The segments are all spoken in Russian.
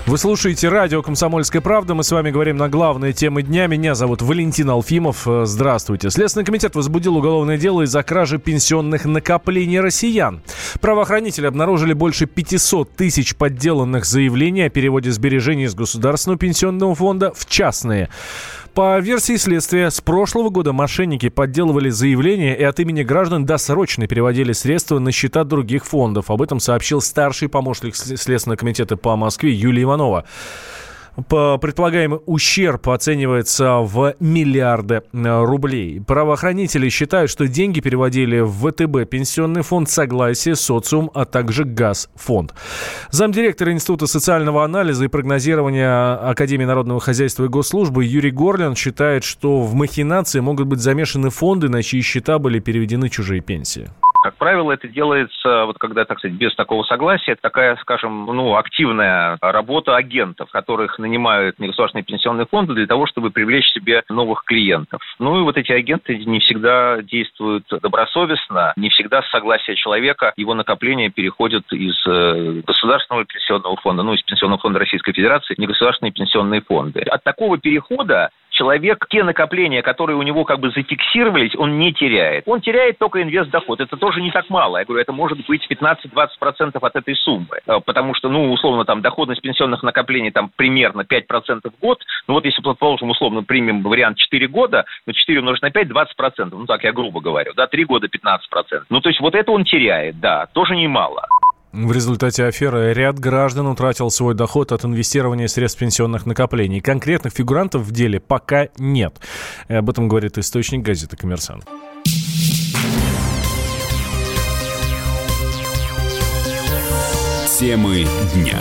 Вы слушаете радио «Комсомольская правда». Мы с вами говорим на главные темы дня. Меня зовут Валентин Алфимов. Здравствуйте. Следственный комитет возбудил уголовное дело из-за кражи пенсионных накоплений россиян. Правоохранители обнаружили больше 500 тысяч подделанных заявлений о переводе сбережений из Государственного пенсионного фонда в частные. По версии следствия, с прошлого года мошенники подделывали заявления и от имени граждан досрочно переводили средства на счета других фондов. Об этом сообщил старший помощник Следственного комитета по Москве Юлия Иванова. Предполагаемый ущерб оценивается в миллиарды рублей. Правоохранители считают, что деньги переводили в ВТБ, Пенсионный фонд Согласие, Социум, а также Газфонд. Замдиректора Института социального анализа и прогнозирования Академии народного хозяйства и госслужбы Юрий Горлин считает, что в махинации могут быть замешаны фонды, на чьи счета были переведены чужие пенсии. Как правило, это делается, вот когда, так сказать, без такого согласия. Это такая, скажем, активная работа агентов, которых нанимают негосударственные пенсионные фонды для того, чтобы привлечь себе новых клиентов. И вот эти агенты не всегда действуют добросовестно, не всегда с согласия человека его накопления переходят из государственного пенсионного фонда, из Пенсионного фонда Российской Федерации, в негосударственные пенсионные фонды. От такого перехода человек, те накопления, которые у него зафиксировались, он не теряет. Он теряет только инвестдоход. Это тоже не так мало. Я говорю, это может быть 15-20% от этой суммы. Потому что, условно, доходность пенсионных накоплений примерно 5% в год. Если, предположим, условно примем вариант 4 года, 4 умножить на 5 – 20%. Так я грубо говорю. 3 года – 15%. То есть вот это он теряет, да, тоже немало. В результате аферы ряд граждан утратил свой доход от инвестирования средств пенсионных накоплений. Конкретных фигурантов в деле пока нет. Об этом говорит источник газеты «Коммерсант». Темы дня.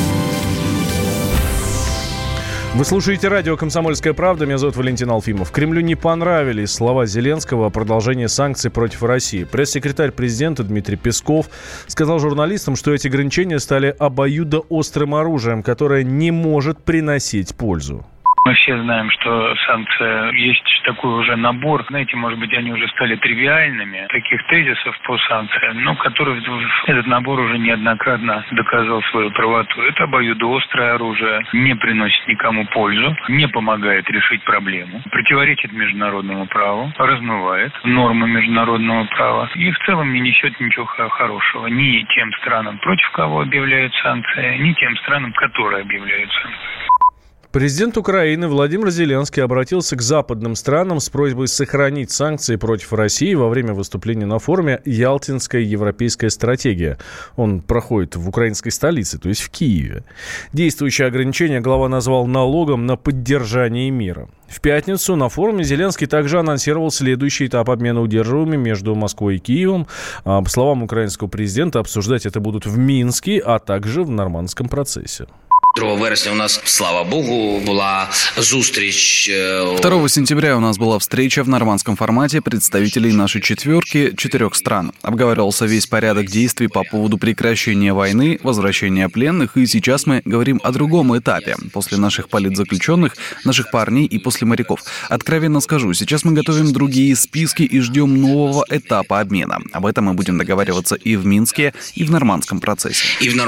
Вы слушаете радио «Комсомольская правда». Меня зовут Валентин Алфимов. Кремлю не понравились слова Зеленского о продолжении санкций против России. Пресс-секретарь президента Дмитрий Песков сказал журналистам, что эти ограничения стали обоюдоострым оружием, которое не может приносить пользу. Мы все знаем, что санкции есть такой уже набор. Знаете, может быть, они уже стали тривиальными, таких тезисов по санкциям, которые этот набор уже неоднократно доказал свою правоту. Это обоюдоострое оружие, не приносит никому пользу, не помогает решить проблему, противоречит международному праву, размывает нормы международного права и в целом не несет ничего хорошего ни тем странам, против кого объявляют санкции, ни тем странам, которые объявляют санкции. Президент Украины Владимир Зеленский обратился к западным странам с просьбой сохранить санкции против России во время выступления на форуме «Ялтинская европейская стратегия». Он проходит в украинской столице, то есть в Киеве. Действующее ограничение глава назвал налогом на поддержание мира. В пятницу на форуме Зеленский также анонсировал следующий этап обмена удерживаемыми между Москвой и Киевом. По словам украинского президента, обсуждать это будут в Минске, а также в Нормандском процессе. 2 вересня у нас, слава богу, была зустріч. 2 сентября у нас была встреча в нормандском формате представителей нашей четверки 4 стран. Обговаривался весь порядок действий по поводу прекращения войны, возвращения пленных, и сейчас мы говорим о другом этапе. После наших политзаключенных, наших парней и после моряков. Откровенно скажу, сейчас мы готовим другие списки и ждем нового этапа обмена. Об этом мы будем договариваться и в Минске, и в нормандском процессе.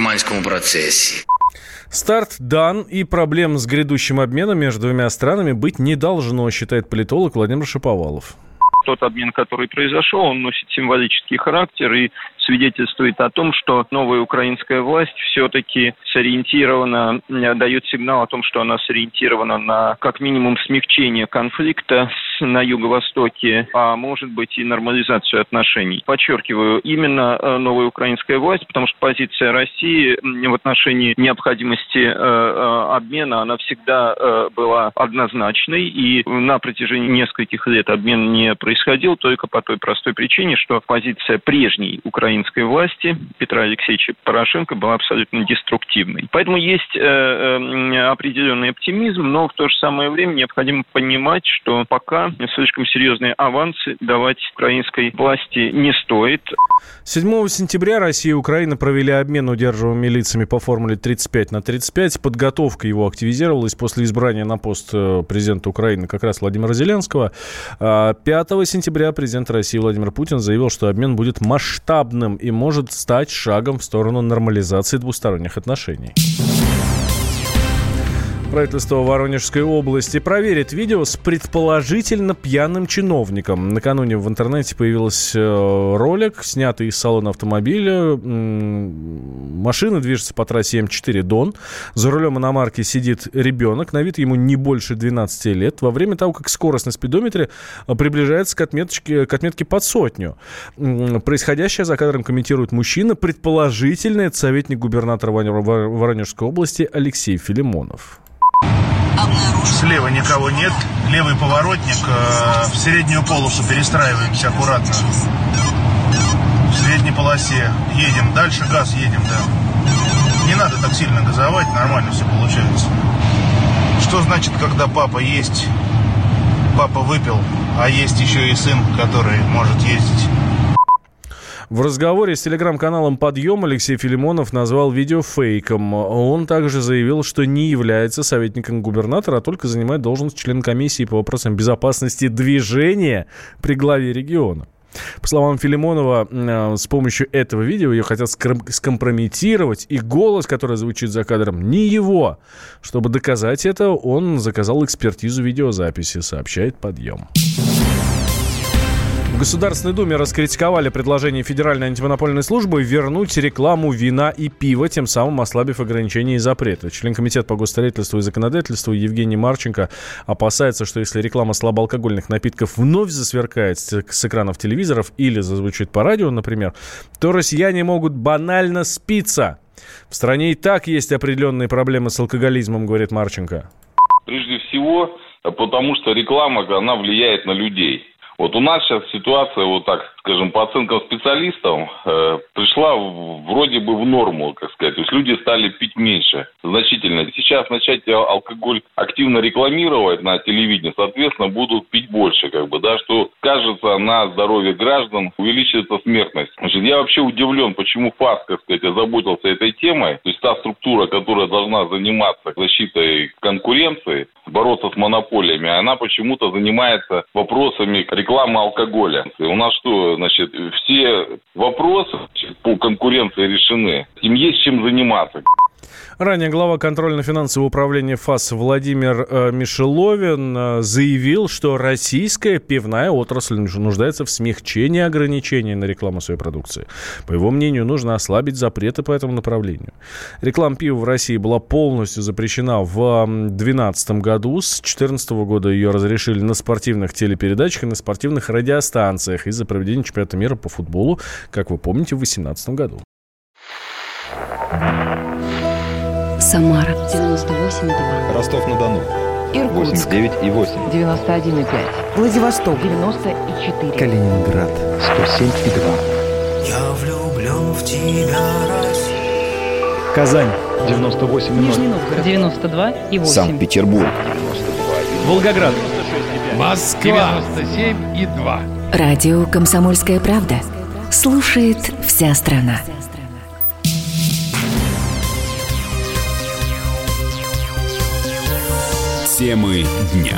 Старт дан, и проблем с грядущим обменом между двумя странами быть не должно, считает политолог Владимир Шаповалов. Тот обмен, который произошел, он носит символический характер и свидетельствует о том, что новая украинская власть все-таки сориентирована, дает сигнал о том, что она сориентирована на как минимум смягчение конфликта на юго-востоке, а может быть и нормализацию отношений. Подчеркиваю, именно новая украинская власть, потому что позиция России в отношении необходимости обмена, она всегда была однозначной, и на протяжении нескольких лет обмен не происходил только по той простой причине, что позиция прежней украинской власти Петра Алексеевича Порошенко была абсолютно деструктивной. Поэтому есть определенный оптимизм, но в то же самое время необходимо понимать, что пока слишком серьезные авансы давать украинской власти не стоит. 7 сентября Россия и Украина провели обмен удерживаемыми лицами по формуле 35/35. Подготовка его активизировалась после избрания на пост президента Украины как раз Владимира Зеленского. 5 сентября президент России Владимир Путин заявил, что обмен будет масштабным и может стать шагом в сторону нормализации двусторонних отношений. Правительство Воронежской области проверит видео с предположительно пьяным чиновником. Накануне в интернете появился ролик, снятый из салона автомобиля. Машина движется по трассе М4 Дон. За рулем иномарки сидит ребенок. На вид ему не больше 12 лет. Во время того, как скорость на спидометре приближается к отметке под 100. Происходящее за кадром комментирует мужчина. Предположительно, это советник губернатора Воронежской области Алексей Филимонов. Слева никого нет. Левый поворотник. В среднюю полосу перестраиваемся аккуратно. В средней полосе. Едем. Дальше газ едем, да. Не надо так сильно газовать. Нормально все получается. Что значит, когда папа есть? Папа выпил, а есть еще и сын, который может ездить. В разговоре с телеграм-каналом «Подъем» Алексей Филимонов назвал видео фейком. Он также заявил, что не является советником губернатора, а только занимает должность члена комиссии по вопросам безопасности движения при главе региона. По словам Филимонова, с помощью этого видео ее хотят скомпрометировать, и голос, который звучит за кадром, не его. Чтобы доказать это, он заказал экспертизу видеозаписи, сообщает «Подъем». В Государственной Думе раскритиковали предложение Федеральной антимонопольной службы вернуть рекламу вина и пива, тем самым ослабив ограничения и запреты. Член комитета по госстроительству и законодательству Евгений Марченко опасается, что если реклама слабоалкогольных напитков вновь засверкает с экранов телевизоров или зазвучит по радио, например, то россияне могут банально спиться. В стране и так есть определенные проблемы с алкоголизмом, говорит Марченко. Прежде всего, потому что реклама, она влияет на людей. Вот у нас сейчас ситуация, вот так скажем, по оценкам специалистов, пришла вроде бы в норму, как сказать. То есть люди стали пить меньше, значительно. Сейчас начать алкоголь активно рекламировать на телевидении, соответственно, будут пить больше, как бы, да, что скажется на здоровье граждан, увеличится смертность. Значит, я вообще удивлен, почему ФАС, как сказать, озаботился этой темой. То есть та структура, которая должна заниматься защитой конкуренции, бороться с монополиями, она почему-то занимается вопросами рекламы алкоголя. И у нас что, значит, все вопросы по конкуренции решены. Им есть чем заниматься. Ранее глава контрольно-финансового управления ФАС Владимир Мишеловин заявил, что российская пивная отрасль нуждается в смягчении ограничений на рекламу своей продукции. По его мнению, нужно ослабить запреты по этому направлению. Реклама пива в России была полностью запрещена в 2012 году. С 2014 года ее разрешили на спортивных телепередачах и на спортивных радиостанциях из-за проведения чемпионата мира по футболу, как вы помните, в 2018 году. Самара 98,2. Ростов-на-Дону. Иркутск 89,8. 91,5. Владивосток 94. Калининград 107,2. Я влюблен в тебя, Россия. Казань 98,0. Нижний Новгород 92,8. Санкт-Петербург 92,1. Волгоград. Москва 97,2. Радио «Комсомольская правда». Слушает вся страна. Темы дня.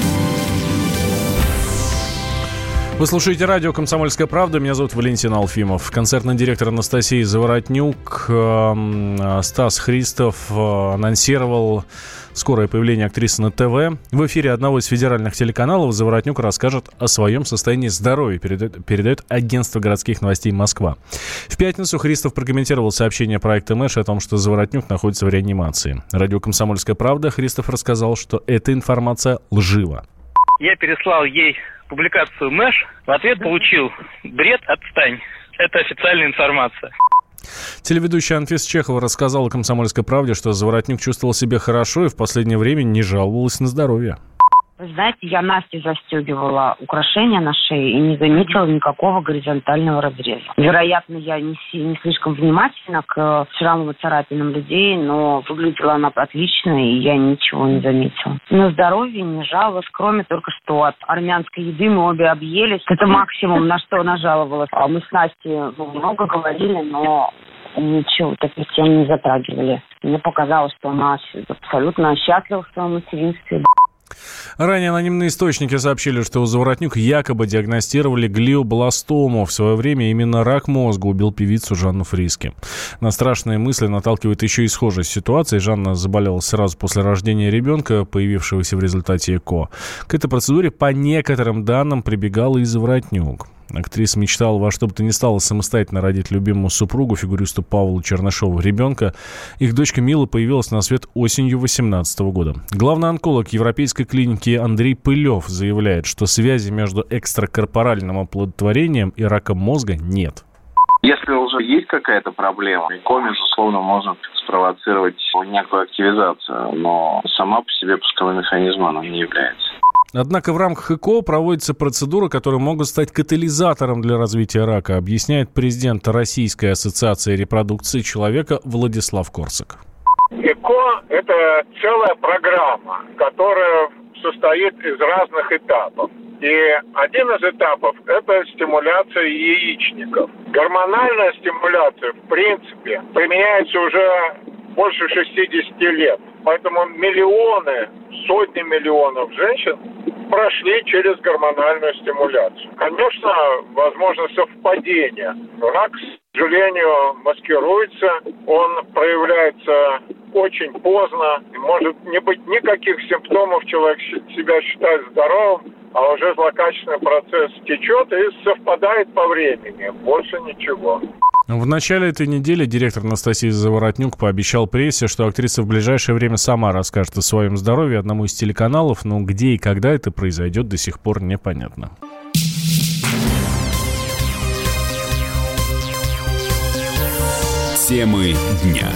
Вы слушаете радио «Комсомольская правда». Меня зовут Валентин Алфимов. Концертный директор Анастасии Заворотнюк Стас Христов анонсировал скорое появление актрисы на ТВ. В эфире одного из федеральных телеканалов Заворотнюк расскажет о своем состоянии здоровья, передает агентство городских новостей «Москва». В пятницу Христов прокомментировал сообщение проекта «Мэш» о том, что Заворотнюк находится в реанимации. Радио «Комсомольская правда» Христов рассказал, что эта информация лжива. Я переслал ей публикацию «Мэш», в ответ получил «Бред, отстань». Это официальная информация. Телеведущая Анфиса Чехова рассказала «Комсомольской правде», что Заворотнюк чувствовал себя хорошо и в последнее время не жаловалась на здоровье. Вы знаете, я Насте застегивала украшения на шее и не заметила никакого горизонтального разреза. Вероятно, я не слишком внимательна к шрамам и царапинам людей, но выглядела она отлично, и я ничего не заметила. На здоровье не жаловалась, кроме только что от армянской еды мы обе объелись. Это максимум, на что она жаловалась. Мы с Настей много говорили, но ничего, таких тем не затрагивали. Мне показалось, что она абсолютно счастлива в своем материнстве. Ранее анонимные источники сообщили, что у Заворотнюк якобы диагностировали глиобластому. В свое время именно рак мозга убил певицу Жанну Фриске. На страшные мысли наталкивает еще и схожая ситуация. Жанна заболела сразу после рождения ребенка, появившегося в результате ЭКО. К этой процедуре, по некоторым данным, прибегала и Заворотнюк. Актриса мечтала во что бы то ни стало самостоятельно родить любимому супругу, фигуристу Павлу Чернышову, ребенка. Их дочка Мила появилась на свет осенью 2018 года. Главный онколог Европейской клиники Андрей Пылев заявляет, что связи между экстракорпоральным оплодотворением и раком мозга нет. Если уже есть какая-то проблема, ЭКО, безусловно, может спровоцировать некую активизацию, но сама по себе пусковым механизмом она не является. Однако в рамках ЭКО проводятся процедуры, которые могут стать катализатором для развития рака, объясняет президент Российской ассоциации репродукции человека Владислав Корсак. ЭКО – это целая программа, которая состоит из разных этапов. И один из этапов – это стимуляция яичников. Гормональная стимуляция, в принципе, применяется уже больше 60 лет. Поэтому миллионы, сотни миллионов женщин прошли через гормональную стимуляцию. Конечно, возможно совпадение. Рак, к сожалению, маскируется, он проявляется очень поздно. Может не быть никаких симптомов, человек себя считает здоровым, а уже злокачественный процесс течет и совпадает по времени. Больше ничего. В начале этой недели директор Анастасия Заворотнюк пообещал прессе, что актриса в ближайшее время сама расскажет о своем здоровье одному из телеканалов, но где и когда это произойдет, до сих пор непонятно. Темы дня.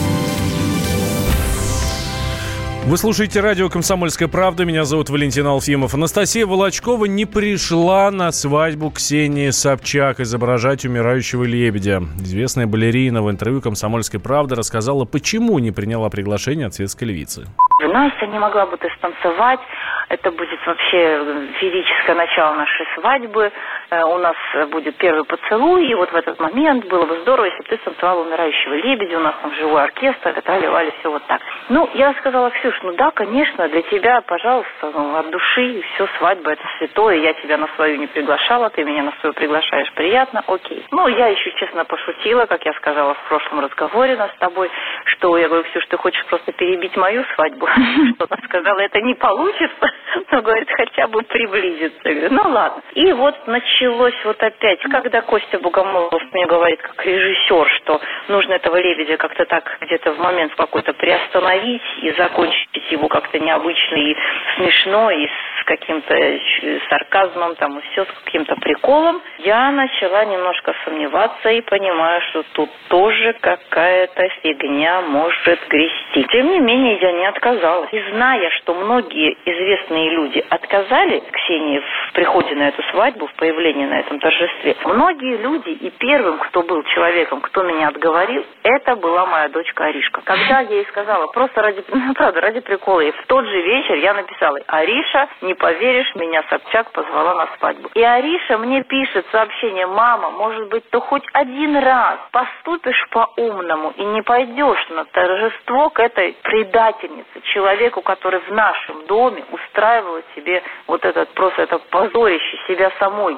Вы слушаете радио «Комсомольская правда». Меня зовут Валентин Алфимов. Анастасия Волочкова не пришла на свадьбу Ксении Собчак изображать умирающего лебедя. Известная балерина в интервью «Комсомольской правды» рассказала, почему не приняла приглашение от светской львицы. Настя не могла бы станцевать. Это будет вообще феерическое начало нашей свадьбы. У нас будет первый поцелуй. И вот в этот момент было бы здорово, если бы ты станцевала умирающего лебедя. У нас там живой оркестр, вали все вот так. Я сказала: Ксюш, да, конечно, для тебя, пожалуйста, от души, все, свадьба, это святое. Я тебя на свою не приглашала, ты меня на свою приглашаешь, приятно, окей. Я еще честно пошутила, как я сказала в прошлом разговоре с тобой, что я говорю: Ксюш, ты хочешь просто перебить мою свадьбу? Что она сказала, это не получится. Но, говорит, хотя бы приблизиться. Я говорю, ладно. И вот началось вот опять, когда Костя Богомолов мне говорит, как режиссер, что нужно этого лебедя как-то так где-то в момент какой-то приостановить и закончить его как-то необычно и смешно, и с каким-то сарказмом, и все с каким-то приколом, я начала немножко сомневаться и понимаю, что тут тоже какая-то фигня может грести. Тем не менее, я не отказалась. И зная, что многие известные люди отказали Ксении в приходе на эту свадьбу, в появлении на этом торжестве, многие люди, и первым, кто был человеком, кто меня отговорил, это была моя дочка Аришка. Когда я ей сказала, просто ради прикола, и в тот же вечер я написала: Ариша, не поверишь, меня Собчак позвала на свадьбу. И Ариша мне пишет сообщение: мама, может быть, ты хоть один раз поступишь по-умному и не пойдешь на торжество к этой предательнице, человеку, который в нашем доме устраивает себе вот этот просто это позорище себя самой.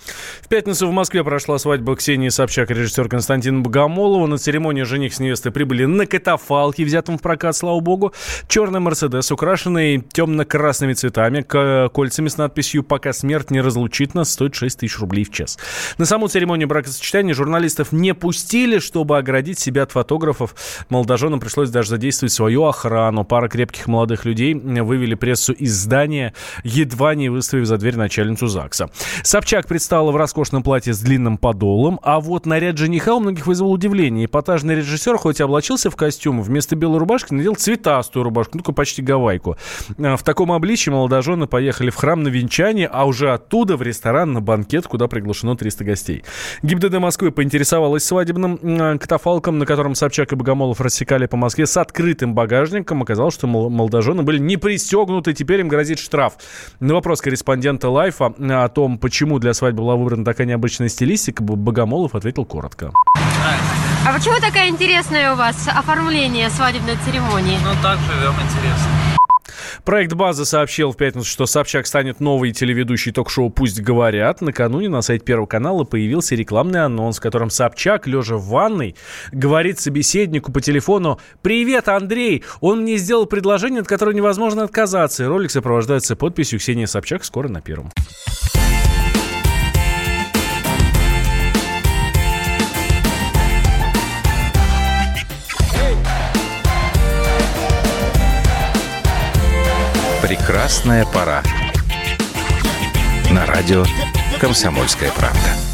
В пятницу в Москве прошла свадьба Ксении Собчак и режиссера Константина Богомолова. На церемонию жених с невестой прибыли на катафалке, взятом в прокат, слава богу. Черный Мерседес, украшенный темно-красными цветами, кольцами с надписью «Пока смерть не разлучит нас», стоит 6 тысяч рублей в час. На саму церемонию бракосочетания журналистов не пустили, чтобы оградить себя от фотографов. Молодоженам пришлось даже задействовать свою охрану. Пара крепких молодых людей вывели прессу из здания, едва не выставив за дверь начальницу ЗАГСа. Собчак предстала в роскошном платье с длинным подолом, а вот наряд жениха у многих вызвал удивление. Эпатажный режиссер, хоть и облачился в костюм, вместо белой рубашки надел цветастую рубашку, такую почти гавайку. В таком обличье молодожены поехали в храм на венчание, а уже оттуда в ресторан на банкет, куда приглашено 300 гостей. ГИБДД Москвы поинтересовалась свадебным катафалком, на котором Собчак и Богомолов рассекали по Москве с открытым багажником. Оказалось, что молодожены были не пристегнуты, теперь им грозит штраф. На вопрос корреспондента Лайфа о том, почему для свадьбы была выбрана такая необычная стилистика, Богомолов ответил коротко. А почему такая интересная у вас оформление свадебной церемонии? Так живем, интересно. Проект «База» сообщил в пятницу, что Собчак станет новой телеведущей ток-шоу «Пусть говорят». Накануне на сайте Первого канала появился рекламный анонс, в котором Собчак, лежа в ванной, говорит собеседнику по телефону: «Привет, Андрей! Он мне сделал предложение, от которого невозможно отказаться». И ролик сопровождается подписью Ксении Собчак. Скоро на Первом. Прекрасная пора. На радио «Комсомольская правда».